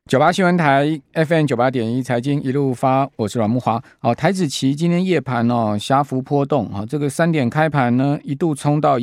98新闻台 FM 98.1财经一路发，我是阮慕骅。台指期今天夜盘狭幅波动，这个3点开盘呢，一度冲到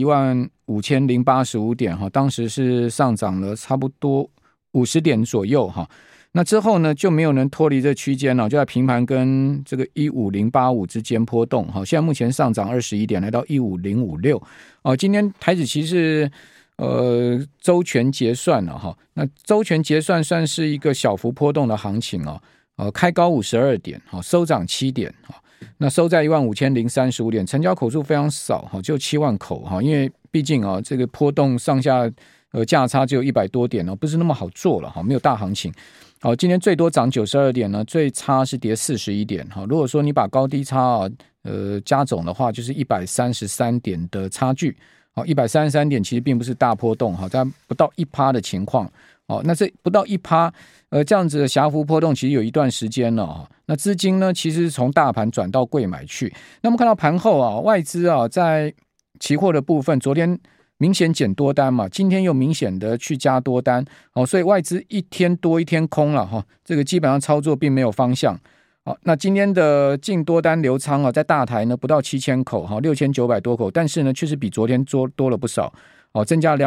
15085点，当时是上涨了差不多50点左右。那之后呢，就没有能脱离这区间，就在平盘跟这个15085之间波动。现在目前上涨21点，来到15056。今天台指期是周权结算了哈，那周权结算算是一个小幅波动的行情开高52点，收涨7点，那收在15035点，成交口数非常少，就7万口，因为毕竟这个波动上下价差只有100多点，不是那么好做了，没有大行情。今天最多涨92点呢，最差是跌41点。如果说你把高低差加总的话，就是133点的差距。133点其实并不是大波动，在不到 1% 的情况。那这不到 1%，这样子的狭幅波动其实有一段时间了。那资金呢，其实从大盘转到柜买去。那我们看到盘后外资在期货的部分，昨天明显减多单嘛，今天又明显的去加多单，所以外资一天多一天空了，这个基本上操作并没有方向。那今天的净多单流仓在大台呢不到7000口，6900多口，但是呢确实比昨天多了不少，增加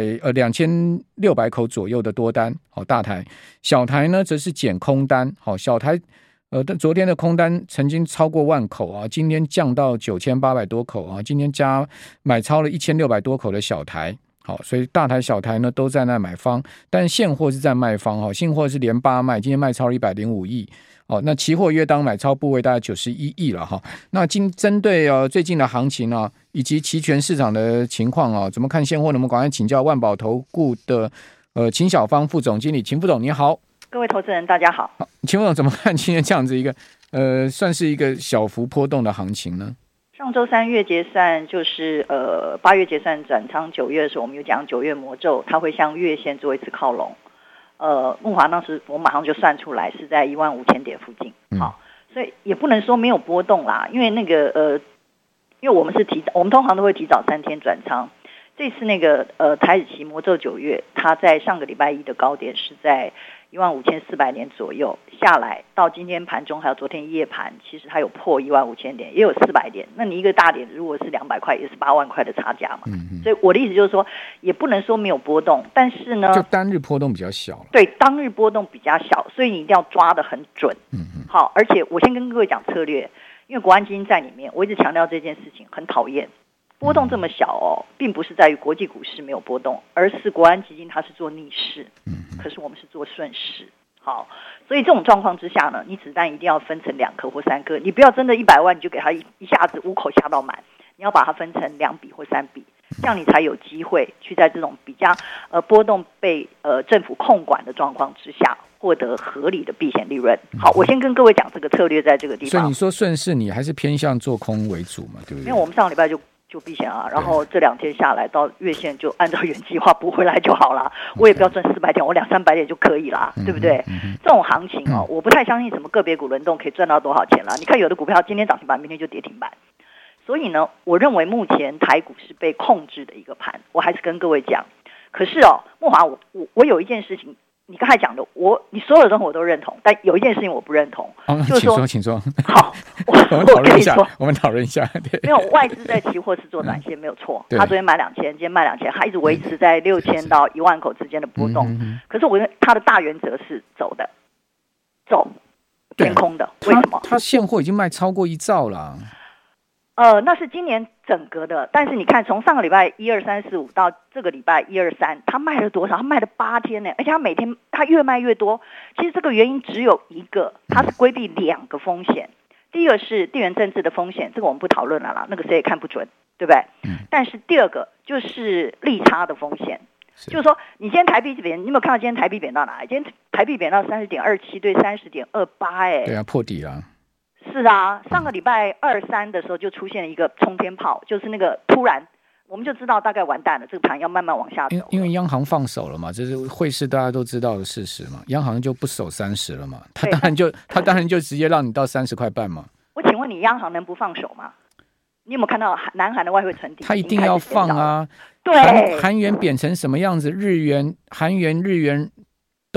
2600口左右的多单。大台小台呢则是减空单，小台昨天的空单曾经超过10000口今天降到9800多口今天买超了1600多口的小台。所以大台小台呢都在那买方，但现货是在卖方，现货是连8卖，今天卖超了105亿。那期货约当买超部位大概91亿了哈。那针对最近的行情以及期权市场的情况怎么看现货呢？我们赶快请教万宝投顾的秦小芳副总经理。秦副总你好。 各位投资人大家好。 秦副总怎么看今天这样子一个算是一个小幅波动的行情呢？ 上周3月结算就是8月结算转仓9月的时候，我们有讲9月魔咒，它会向月线做一次靠拢。慕骅当时我马上就算出来是在15000点附近，好，所以也不能说没有波动啦，因为那个因为我们通常都会提早3天转仓，这次那个台指期魔咒9月，它在上个礼拜一的高点是在15400点左右，下来到今天盘中还有昨天夜盘，其实它有破15000点，也有400点。那你一个大点如果是200块，也是8万块的差价嘛。所以我的意思就是说，也不能说没有波动，但是呢， 就单日波动比较小。 对，当日波动比较小，所以你一定要抓得很准。好，而且我先跟各位讲策略，因为国安基金在里面，我一直强调这件事情很讨厌。波动这么小并不是在于国际股市没有波动，而是国安基金它是做逆势，可是我们是做顺势。好，所以这种状况之下呢，你子弹一定要分成2颗或3颗，你不要真的100万你就给它一下子5口下到满，你要把它分成2笔或3笔，这样你才有机会去在这种比较波动被政府控管的状况之下获得合理的避险利润。好，我先跟各位讲这个策略在这个地方。 所以你说顺势你还是偏向做空为主嘛，对不对？ 因为我们上个礼拜就避险然后这2天下来到月线就按照原计划补回来就好了，我也不要赚400点，我200-300点就可以啦，对不对？这种行情我不太相信什么个别股轮动可以赚到多少钱了。你看有的股票今天涨停板，明天就跌停板，所以呢，我认为目前台股是被控制的一个盘，我还是跟各位讲。可是慕骅，我有一件事情。你刚才讲的，你所有的东西我都认同，但有一件事情我不认同，就是说， 请说。 好， 我们讨论一下。 没有，外资在期货是做短线没有错，他昨天买2000，今天卖2000，他一直维持在6000到10000口之间的波动。可是我觉得他的大原则是走偏空的，为什么？ 他现货已经卖超过1兆了。 那是今年整个的，但是你看，从上个礼拜1、2、3、4、5到这个礼拜1、2、3，他卖了多少？他卖了8天呢，而且他每天他越卖越多。其实这个原因只有一个，他是规避2个风险。第一个是地缘政治的风险，这个我们不讨论了啦，那个谁也看不准，对不对？但是第二个就是利差的风险，就是说你今天台币这边，你有没有看到今天台币贬到哪里？今天台币贬到30.27对30.28， 对啊，破底了。 是啊，上个礼拜2、3的时候就出现了一个冲天炮，就是那个突然我们就知道大概完蛋了，这个盘要慢慢往下走。 因为央行放手了嘛，这是汇市大家都知道的事实嘛，央行就不守30了嘛，他当然就直接让你到30块半嘛。 我请问你，央行能不放手吗？你有没有看到南韩的外汇存底？ 他一定要放啊！ 对， 韩元贬成什么样子，韩元、日元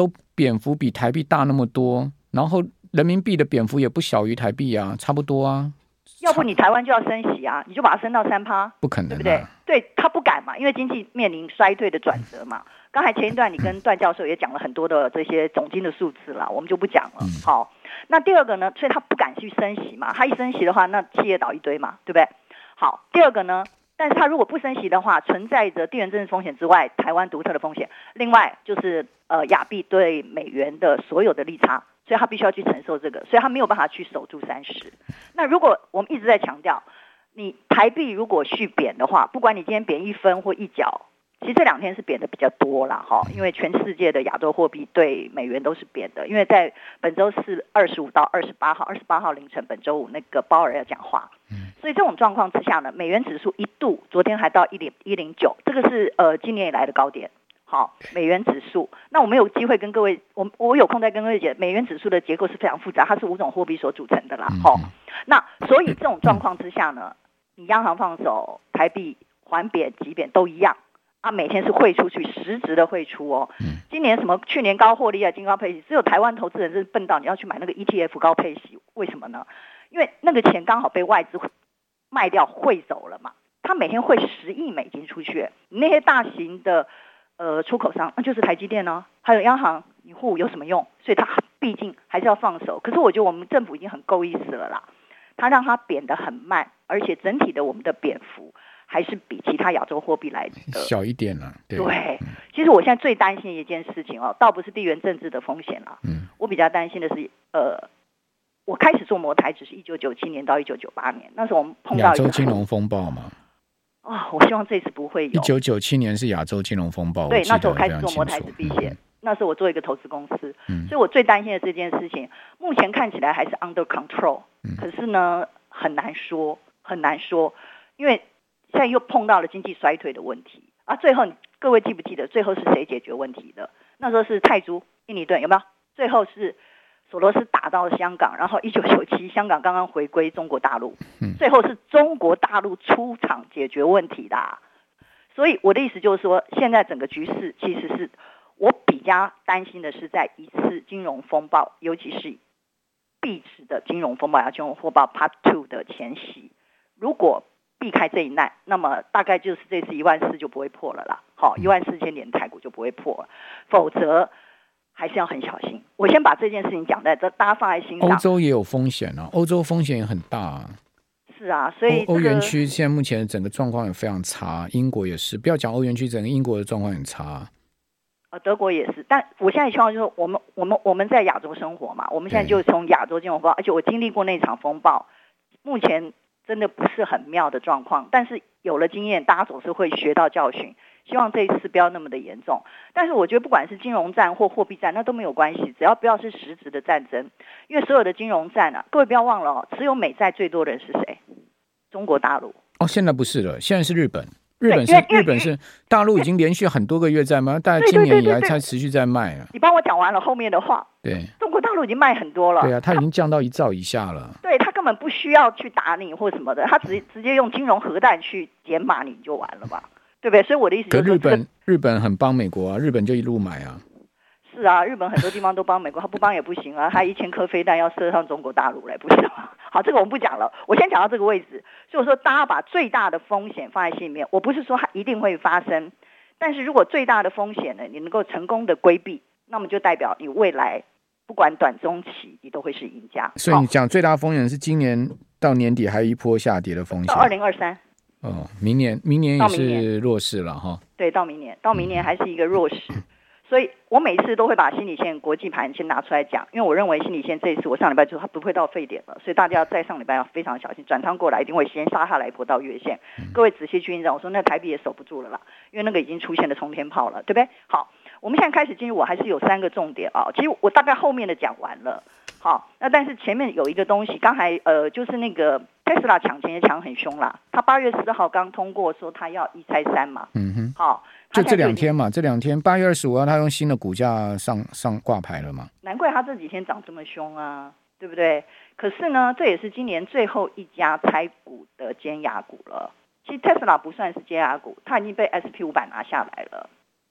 都贬幅比台币大那么多，然后人民币的贬幅也不小于台币啊，差不多啊。 要不你台湾就要升息啊，你就把它升到3%， 不可能、啊， 对不对？对，他不敢嘛，因为经济面临衰退的转折嘛。刚才前一段你跟段教授也讲了很多的这些总金的数字啦，我们就不讲了。好，那第二个呢，所以他不敢去升息嘛，他一升息的话，那企业倒一堆嘛，对不对？好，第二个呢，但是他如果不升息的话，存在着地缘政治风险之外，台湾独特的风险，另外就是亚币对美元的所有的利差。所以他必须要去承受这个，所以他没有办法去守住30。那如果我们一直在强调，你台币如果续贬的话，不管你今天贬1分或1角，其实这2天是贬的比较多啦，因为全世界的亚洲货币对美元都是贬的，因为在本周四25到28号，28号凌晨本周五那个鲍尔要讲话，所以这种状况之下呢，美元指数一度昨天还到109，这个是今年以来的高点。好，美元指数，那我们有机会跟各位，我有空再跟各位讲，美元指数的结构是非常复杂，它是5种货币所组成的啦。那所以这种状况之下呢，你央行放手，台币缓贬急贬都一样啊，每天是汇出去，实质的汇出哦。今年什么去年高获利啊，金高配息，只有台湾投资人是笨到你要去买那个 ETF 高配息，为什么呢？因为那个钱刚好被外资卖掉汇走了嘛，他每天汇10亿美金出去，那些大型的出口商，那就是台积电呢，还有央行，你护有什么用？所以他毕竟还是要放手。可是我觉得我们政府已经很够意思了啦，他让它贬得很慢，而且整体的我们的贬幅还是比其他亚洲货币来的小一点了。 对，其实我现在最担心的一件事情哦，倒不是地缘政治的风险啦，我比较担心的是我开始做摩台只是1997年到1998年，那时候我们碰到亚洲金融风暴嘛。 我希望这次不会有。 1997年是亚洲金融风暴， 对，那时候我开始做摩台子避险，那时候我做一个投资公司，所以我最担心的这件事情，目前看起来还是 under control，可是呢很难说，因为现在又碰到了经济衰退的问题啊。最后各位记不记得最后是谁解决问题的？那时候是泰铢、印尼盾，有没有？最后是索罗斯打到了香港，然后1997香港刚刚回归中国大陆，最后是中国大陆出场解决问题的所以我的意思就是说，现在整个局势其实是我比较担心的是在一次金融风暴，尤其是币值的金融风暴、金融风暴 Part 2 的前夕，如果避开这一难，那么大概就是这次14000就不会破了啦。好，14000点台股就不会破了，否则还是要很小心。我先把这件事情讲在这，大家放在心上。 欧洲也有风险啊，欧洲风险也很大啊。 是啊，所以欧元区现在目前整个状况也非常差，英国也是。不要讲欧元区，整个英国的状况很差。 德国也是。但我现在希望就是我们在亚洲生活嘛，我们现在就从亚洲金融风暴，而且我经历过那场风暴，目前真的不是很妙的状况。但是有了经验，大家总是会学到教训。希望这一次不要那么的严重，但是我觉得不管是金融战或货币战，那都没有关系，只要不要是实质的战争。因为所有的金融战啊，各位不要忘了持有美债最多的人是谁？中国大陆。 现在不是了，现在是日本。日本是大陆已经连续很多个月在卖，大概今年以来才持续在卖了。 你帮我讲完了后面的话。 对， 中国大陆已经卖很多了。 对啊，它已经降到1兆以下了。 对，它根本不需要去打你或什么的，它直接用金融核弹去减码你就完了吧。对不对？所以我的意思就是说， 日本很帮美国啊，日本就一路买啊。 是啊，日本很多地方都帮美国，他不帮也不行啊，他1000颗飞弹要射上中国大陆来，不是吗？好，这个我们不讲了，我先讲到这个位置。所以我说，大家把最大的风险放在心里面，我不是说它一定会发生，但是如果最大的风险呢，你能够成功的规避，那么就代表你未来不管短中期，你都会是赢家。 所以你讲最大的风险是今年到年底还有一波下跌的风险， 到2023。 明年也是弱势了哈。 对，到明年还是一个弱势。所以我每次都会把心理线国际盘先拿出来讲，因为我认为心理线这一次我上礼拜就它不会到沸点了，所以大家要在上礼拜要非常小心，转仓过来一定会先杀下来一波到月线。各位仔细去印证，我说那台币也守不住了啦，因为那个已经出现了冲天炮了，对不对？好，我们现在开始进入，我还是有3个重点啊。其实我大概后面的讲完了，好，那但是前面有一个东西，刚才就是那个 Tesla 抢钱也抢很凶啦，他8月4号刚通过说他要1拆3嘛，好。 就这2天嘛，这2天8月25号他用新的股价上挂牌了嘛， 难怪他这几天涨这么凶啊，对不对？可是呢，这也是今年最后一家拆股的尖牙股了。其实 Tesla 不算是尖牙股，它已经被 SP500 拿下来了。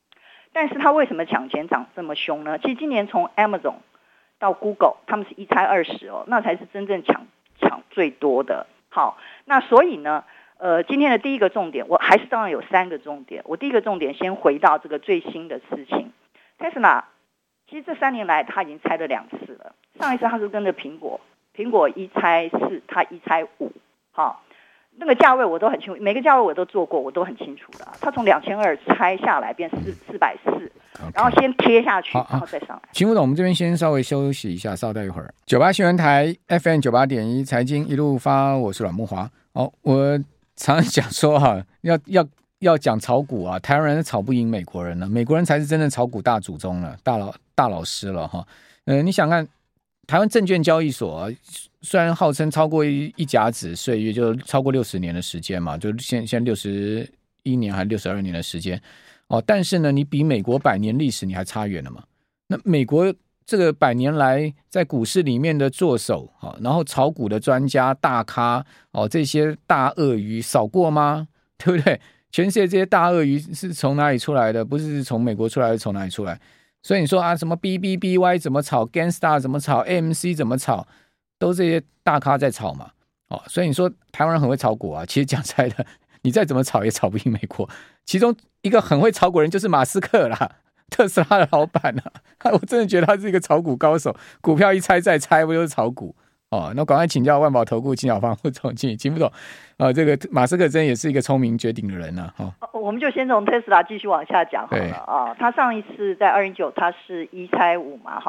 但是它为什么抢钱涨这么凶呢？其实今年从 Amazon 到 Google， 他们是一拆20哦，那才是真正抢最多的。好，那所以呢，今天的第一个重点，我还是当然有3个重点。我第一个重点先回到这个最新的事情 ，Tesla 其实这3年来它已经拆了2次了。上一次它是跟着苹果1拆4，它1拆5，好。那个价位我都很清楚，每个价位我都做过，我都很清楚的。它从2200拆下来变440，然后先贴下去，然后再上来。 秦副总，我们这边先稍微休息一下，稍待一会儿。98新闻台 FM 98.1财经一路发，我是阮慕骅。我常常讲说哈，要讲炒股啊，台湾人炒不赢美国人了，美国人才是真正炒股大祖宗了，大老师了哈。你想看台湾证券交易所虽然号称超过一甲子岁月，就超过60年的时间嘛，就现在61年还是62年的时间但是呢，你比美国100年历史你还差远了嘛。那美国这个100年来在股市里面的作手然后炒股的专家大咖这些大鳄鱼少过吗？对不对？全世界这些大鳄鱼是从哪里出来的？不是从美国出来，是从哪里出来？所以你说什么 BBBY 怎么炒， Genstar 怎么炒， AMC 怎么炒，都这些大咖在炒嘛。所以你说台湾人很会炒股啊，其实讲出来的，你再怎么炒也炒不赢美国。其中一个很会炒股人就是马斯克啦，特斯拉的老板我真的觉得他是一个炒股高手，股票一拆再拆，不就是炒股那赶快请教万宝投顾金小芳副总经理秦副总这个马斯克真的也是一个聪明绝顶的人我们就先从 Tesla 继续往下讲好了他上一次在219他是1拆5嘛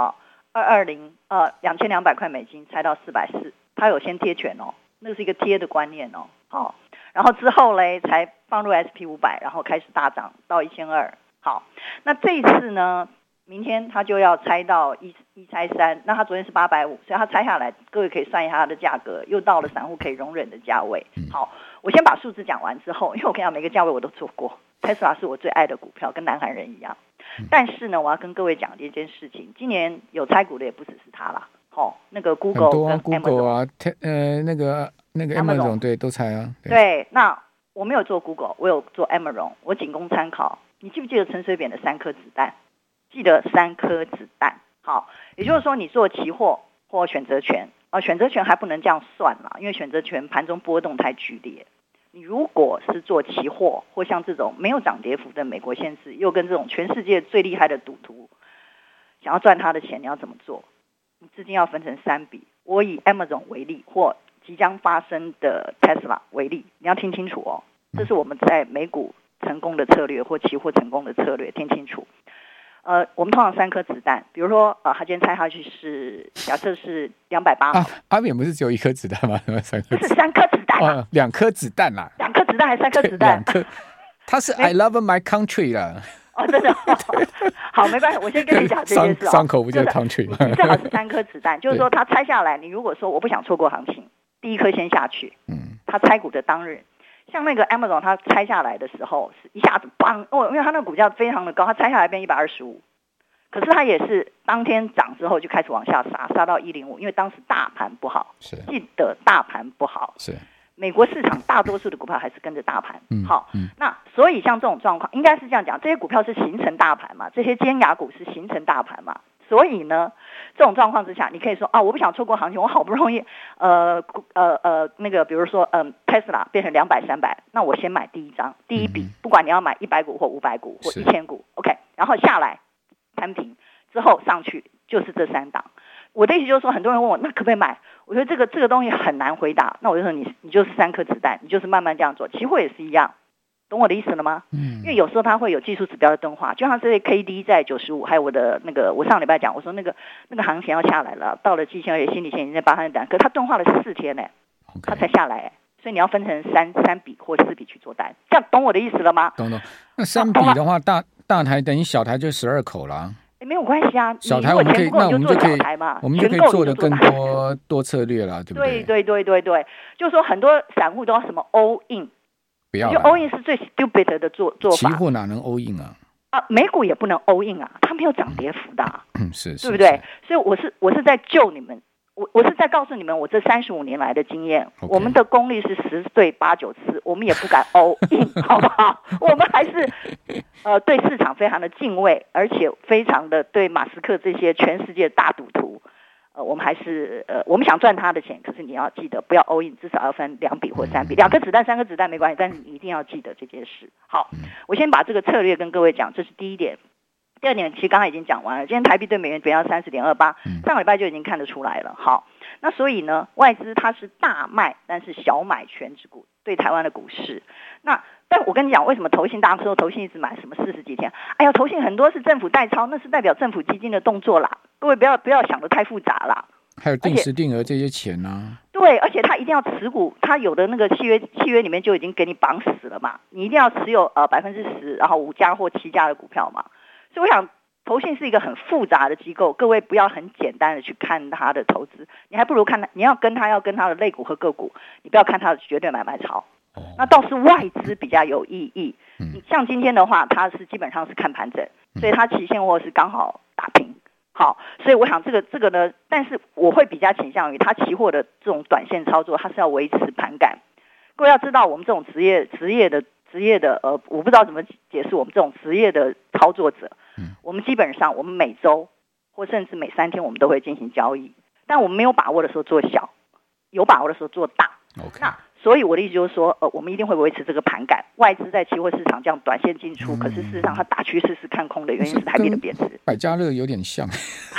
2200块美金拆到440，他有先贴权那是一个贴的观念然后之后嘞才放入 SP500， 然后开始大涨到1200。好，那这一次呢，明天他就要拆到1拆3，那他昨天是850，所以他拆下来，各位可以算一下它的价格，又到了散户可以容忍的价位。好，我先把数字讲完之后，因为我跟你讲每个价位我都做过 ，Tesla 是我最爱的股票，跟南韩人一样。但是呢，我要跟各位讲的一件事情，今年有拆股的也不只是他啦，那个 Google 跟 Google 那个 Amazon 对都拆啊。 对，那我没有做 Google， 我有做 Amazon， 我仅供参考。你记不记得陈水扁的3颗子弹？记得3颗子弹。好，也就是说你做期货或选择权选择权还不能这样算啦，因为选择权盘中波动太剧烈。你如果是做期货或像这种没有涨跌幅的美国县市，又跟这种全世界最厉害的赌徒想要赚他的钱，你要怎么做？你资金要分成3笔。我以 Amazon 为例，或即将发生的 Tesla 为例，你要听清楚这是我们在美股成功的策略或期货成功的策略，听清楚。我们通常3颗子弹，比如说他今天拆下去是假设是280。 阿扁不是只有1颗子弹吗？3颗是3颗子弹 2颗子弹啦 ，2颗子弹还是3颗子弹 ？2颗，他是 I love my country 啦。 真的好，没关系，我先跟你讲这件事伤口不就是 country 正好是3颗子弹，就是说他拆下来，你如果说我不想错过行情，第一颗先下去。他拆股的当日，像那个 Amazon 它拆下来的时候是一下子砰因为它那个股价非常的高，它拆下来变125，可是它也是当天涨之后就开始往下杀到105，因为当时大盘不好，记得大盘不好， 是美国市场大多数的股票还是跟着大盘。好，那所以像这种状况应该是这样讲，这些股票是形成大盘嘛，这些尖牙股是形成大盘嘛，所以呢这种状况之下，你可以说我不想错过行情，我好不容易那个比如说Tesla 变成200、300，那我先买第一笔，不管你要买100股或500股或1000股 OK， 然后下来摊平之后上去就是这3档。我的意思就是说，很多人问我那可不可以买，我觉得这个东西很难回答，那我就说你就是3颗子弹，你就是慢慢这样做。期货也是一样，懂我的意思了吗？因为有时候它会有技术指标的钝化，就像这些 KD 在95，还有我的那个我上礼拜讲，我说那个行情要下来了，到了季线而且心理线已经在800点，可是它钝化了14天呢，它才下来所以你要分成3笔或4笔去做单，这样懂我的意思了吗？ 懂。那3笔的话，大台等于小台就12口啦。 没有关系啊， 小台我们可以，那我们就可以，我们就可以做的更多策略啦，对不对？ 对，就是说很多散户都要什么 all in， 不要， 就 all in 是最 stupid 的做法。 期货哪能 all in 啊？ 美股也不能 all in 啊，它没有涨跌幅的是， 对不对？所以我是在救你们我是在告诉你们我这35年来的经验， Okay. 我们的功力是10对8、9次，我们也不敢 all in 好不好？我们还是对市场非常的敬畏，而且非常的对马斯克这些全世界大赌徒，我们还是我们想赚他的钱，可是你要记得不要 all in， 至少要分2笔或3笔，2颗子弹3颗子弹没关系，但是你一定要记得这件事。好，我先把这个策略跟各位讲，这是第一点。第二点，其实刚才已经讲完了。今天台币对美元贬到30.28，上个礼拜就已经看得出来了。好，那所以呢，外资它是大卖，但是小买全指股对台湾的股市。但我跟你讲，为什么投信大家说投信一直买什么40几天？哎呀，投信很多是政府代操，那是代表政府基金的动作啦。各位不要想得太复杂啦。 还有定时定额这些钱啊。 对，而且他一定要持股，他有的那个契约里面就已经给你绑死了嘛，你一定要持有10%，然后5家或7家的股票嘛。所以我想，投信是一个很复杂的机构，各位不要很简单的去看他的投资，你还不如看他，你要跟他的类股和个股，你不要看他的绝对买卖超。那倒是外资比较有意义。像今天的话，它是基本上是看盘整，所以它期现货是刚好打平。好，所以我想这个呢，但是我会比较倾向于它期货的这种短线操作，它是要维持盘感。各位要知道，我们这种职业的我不知道怎么解释，我们这种职业的操作者，我们基本上我们每周或甚至每3天我们都会进行交易，但我们没有把握的时候做小，有把握的时候做大。 Okay. 那所以我的意思就是说，我们一定会维持这个盘感。外资在期货市场这样短线进出，可是事实上它大趋势是看空的，原因是台币的贬值。 百家乐有点像。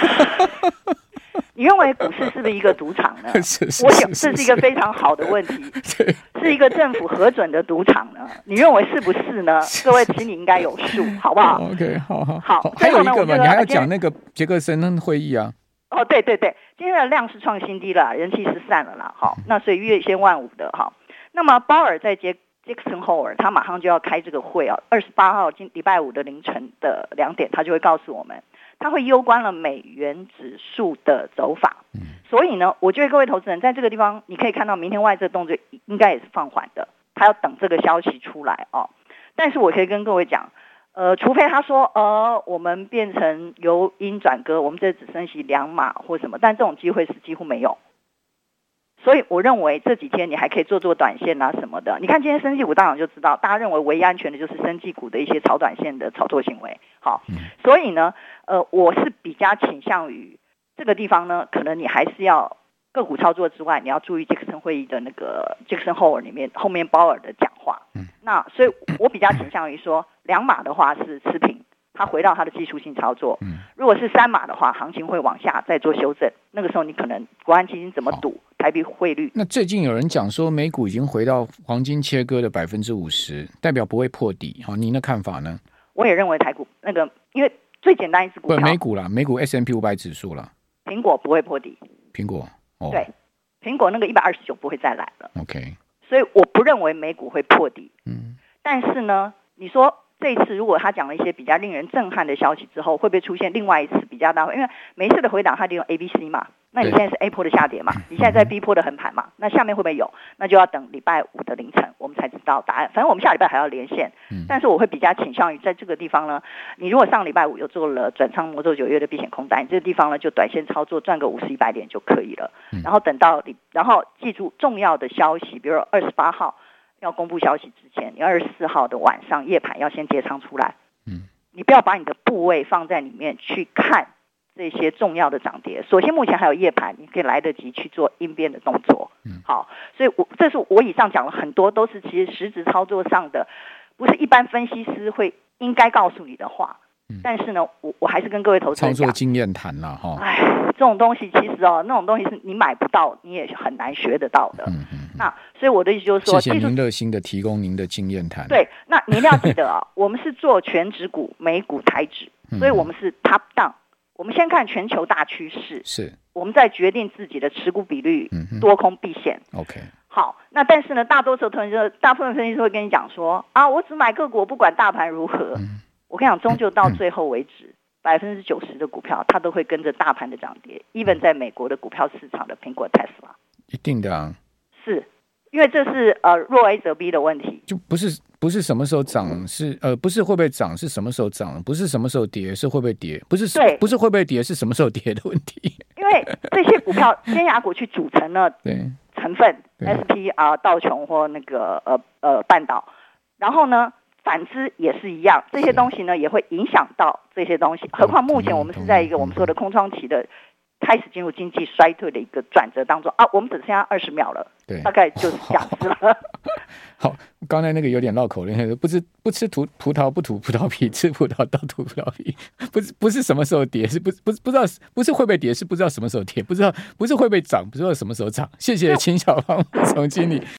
你认为股市是不是一个赌场呢？我想这是一个非常好的问题。是一个政府核准的赌场呢？你认为是不是呢？各位心里应该有数，好不好 ？OK， 好。 还有一个嘛，你还要讲那个杰克森会议啊。 哦，对，今天的量是创新低了，人气失散了啦。好，那所以月线万五的哈。那么鲍尔在Jackson Hole， 他马上就要开这个会啊，28号礼拜五的凌晨的2点，他就会告诉我们，他会攸关了美元指数的走法。所以呢，我觉得各位投资人在这个地方，你可以看到明天外资的动作应该也是放缓的，他要等这个消息出来哦。但是我可以跟各位讲，除非他说我们变成由阴转鸽，我们这只升息2码或什么，但这种机会是几乎没有。所以我认为这几天你还可以做短线啊什么的。你看今天生技股大涨就知道，大家认为唯一安全的就是生技股的一些炒短线的炒作行为。好，所以呢，我是比较倾向于这个地方呢，可能你还是要个股操作之外，你要注意杰克森会议的那个 Jackson Hole 里面后面鲍尔的讲话。那所以我比较倾向于说，2码的话是持平。它回到它的技术性操作，如果是3码的话，行情会往下再做修正。那个时候你可能国安基金怎么赌台币汇率？ 那最近有人讲说美股已经回到黄金切割的50%，代表不会破底。好，您的看法呢？ 我也认为台股那个，因为最简单一只股票， 不美股啦，美股 S&P 500指数啦， 苹果不会破底。 苹果， 对，苹果那个129不会再来了。 OK， 所以我不认为美股会破底。但是呢，你说。这一次如果他讲了一些比较令人震撼的消息之后，会不会出现另外一次比较大？因为每一次的回档它利用 ABC 嘛，那你现在是 A 波的下跌嘛，你现在在 B 波的横盘嘛，那下面会不会有？那就要等礼拜五的凌晨我们才知道答案。反正我们下礼拜还要连线，但是我会比较倾向于在这个地方呢，你如果上礼拜五有做了转仓魔咒9月的避险空单，这个地方呢就短线操作赚个50、100点就可以了。然后等到然后记住重要的消息，比如说28号。要公布消息之前，你24号的晚上夜盘要先结仓出来。你不要把你的部位放在里面去看这些重要的涨跌。首先目前还有夜盘，你可以来得及去做应变的动作。好，所以这是我以上讲了很多，都是其实实质操作上的，不是一般分析师会应该告诉你的话。但是呢，我还是跟各位投资人讲， 操作经验谈啦哈。 这种东西其实那种东西是你买不到，你也很难学得到的。那所以我的意思就是说， 谢谢您热心的提供您的经验谈。 对，那你一定要记得我们是做全指股、美股、台指，所以我们是 top down。我们先看全球大趋势， 是我们再决定自己的持股比率，多空避险。 OK。 好，那但是呢，大部分分析师会跟你讲说我只买个股，我不管大盘如何。我跟你讲，终究到最后为止，90%的股票它都会跟着大盘的涨跌。even 在美国的股票市场的苹果、Tesla， 一定的啊， 是因为这是若 A 则 B 的问题， 就不是什么时候涨，是不是会不会涨，是什么时候涨，不是什么时候跌，是会不会跌，不是会不会跌，是什么时候跌的问题。 因为这些股股票尖牙股去组成了成分 SPR 道琼或那个半岛，然后呢反之也是一样，这些东西呢也会影响到这些东西。何况目前我们是在一个我们说的空窗期的开始进入经济衰退的一个转折当中啊，我们只剩下20秒了，大概就是这样子了。 好，刚才那个有点绕口令，不吃葡萄不吐葡萄皮，吃葡萄倒吐葡萄皮，不是什么时候跌，是不知道，不是会不会跌，是不知道什么时候跌，不是会不会涨，不知道什么时候涨。谢谢秦小芳总经理。